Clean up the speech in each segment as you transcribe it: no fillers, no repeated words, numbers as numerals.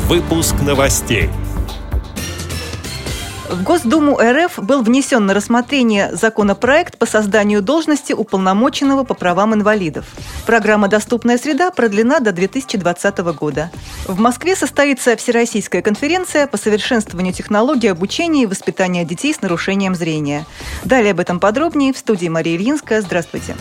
Выпуск новостей. В Госдуму РФ был внесен на рассмотрение законопроект по созданию должности уполномоченного по правам инвалидов. Программа «Доступная среда» продлена до 2020 года. В Москве состоится Всероссийская конференция по совершенствованию технологий обучения и воспитания детей с нарушением зрения. Далее об этом подробнее в студии Мария Ильинская. Здравствуйте.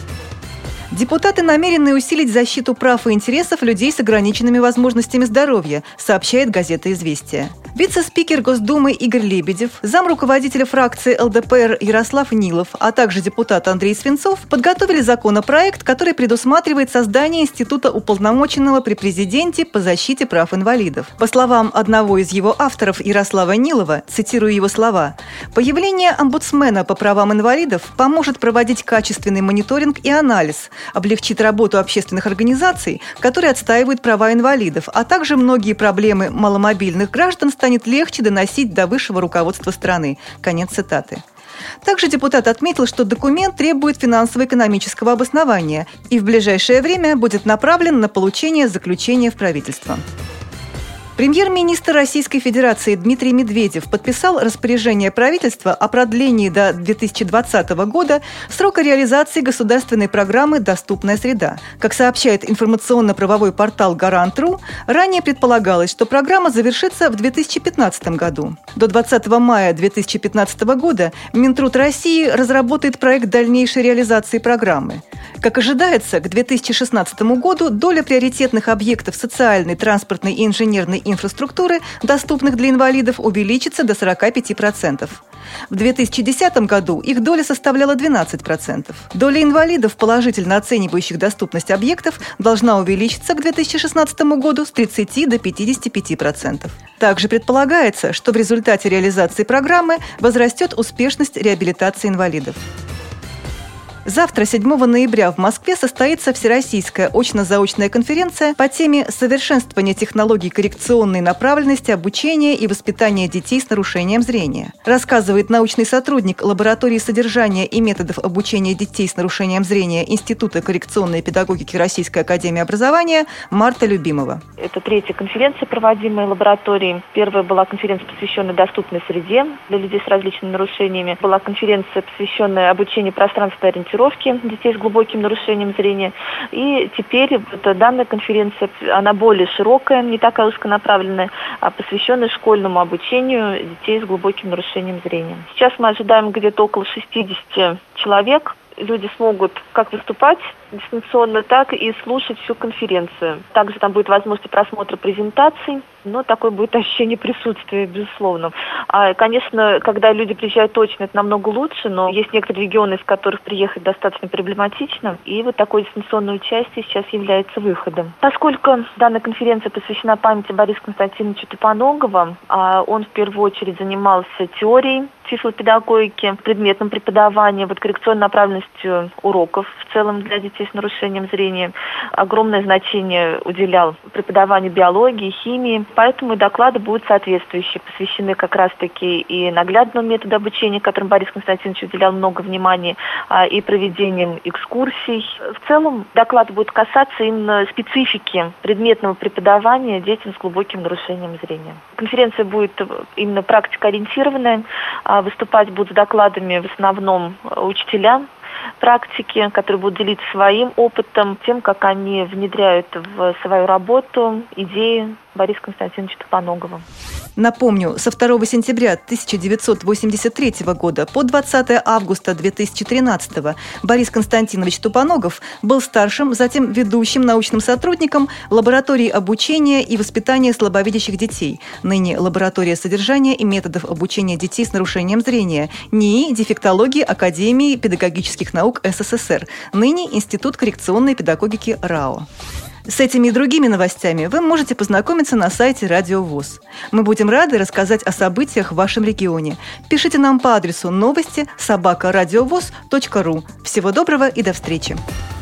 Депутаты намерены усилить защиту прав и интересов людей с ограниченными возможностями здоровья, сообщает газета «Известия». Вице-спикер Госдумы Игорь Лебедев, замруководителя фракции ЛДПР Ярослав Нилов, а также депутат Андрей Свинцов подготовили законопроект, который предусматривает создание института уполномоченного при президенте по защите прав инвалидов. По словам одного из его авторов Ярослава Нилова, цитирую его слова, «Появление омбудсмена по правам инвалидов поможет проводить качественный мониторинг и анализ, облегчит работу общественных организаций, которые отстаивают права инвалидов, а также многие проблемы маломобильных граждан станет легче доносить до высшего руководства страны». Конец цитаты. Также депутат отметил, что документ требует финансово-экономического обоснования и в ближайшее время будет направлен на получение заключения в правительство. Премьер-министр Российской Федерации Дмитрий Медведев подписал распоряжение правительства о продлении до 2020 года срока реализации государственной программы «Доступная среда». Как сообщает информационно-правовой портал «Гарант.ру», ранее предполагалось, что программа завершится в 2015 году. До 20 мая 2015 года Минтруд России разработает проект дальнейшей реализации программы. Как ожидается, к 2016 году доля приоритетных объектов социальной, транспортной и инженерной инфраструктуры, доступных для инвалидов, увеличится до 45%. В 2010 году их доля составляла 12%. Доля инвалидов, положительно оценивающих доступность объектов, должна увеличиться к 2016 году с 30 до 55%. Также предполагается, что в результате реализации программы возрастет успешность реабилитации инвалидов. Завтра, 7 ноября, в Москве состоится Всероссийская очно-заочная конференция по теме «Совершенствование технологий коррекционной направленности обучения и воспитания детей с нарушением зрения», рассказывает научный сотрудник лаборатории содержания и методов обучения детей с нарушением зрения Института коррекционной педагогики Российской академии образования Марта Любимова. Это третья конференция, проводимая лабораторией. Первая была конференция, посвященная доступной среде для людей с различными нарушениями. Была конференция, посвященная обучению пространственной ориентировки детей с глубоким нарушением зрения. И теперь данная конференция, она более широкая, не такая узконаправленная, а посвященная школьному обучению детей с глубоким нарушением зрения. Сейчас мы ожидаем где-то около 60 человек. Люди смогут как выступать дистанционно, так и слушать всю конференцию. Также там будет возможность просмотра презентаций, но такое будет ощущение присутствия, безусловно. Конечно, когда люди приезжают точно, это намного лучше, но есть некоторые регионы, из которых приехать достаточно проблематично, и вот такое дистанционное участие сейчас является выходом. Поскольку данная конференция посвящена памяти Бориса Константиновича Тупоногова, он в первую очередь занимался теорией тифлопедагогики, предметным преподаванием, коррекционной направленностью уроков в целом для детей с нарушением зрения. Огромное значение уделял преподаванию биологии, химии, поэтому и доклады будут соответствующие, посвящены как раз-таки и наглядному методу обучения, которым Борис Константинович уделял много внимания, и проведением экскурсий. В целом доклад будет касаться именно специфики предметного преподавания детям с глубоким нарушением зрения. Конференция будет именно практикоориентированная. Выступать будут с докладами в основном учителя практики, которые будут делиться своим опытом, тем, как они внедряют в свою работу идеи Бориса Константиновича Тупоногова. Напомню, со 2 сентября 1983 года по 20 августа 2013 Борис Константинович Тупоногов был старшим, затем ведущим научным сотрудником лаборатории обучения и воспитания слабовидящих детей, ныне лаборатория содержания и методов обучения детей с нарушением зрения, НИИ дефектологии Академии педагогических наук СССР, ныне Институт коррекционной педагогики РАО. С этими и другими новостями вы можете познакомиться на сайте Радио ВОС. Мы будем рады рассказать о событиях в вашем регионе. Пишите нам по адресу новости@радиовос.ру. Всего доброго и до встречи!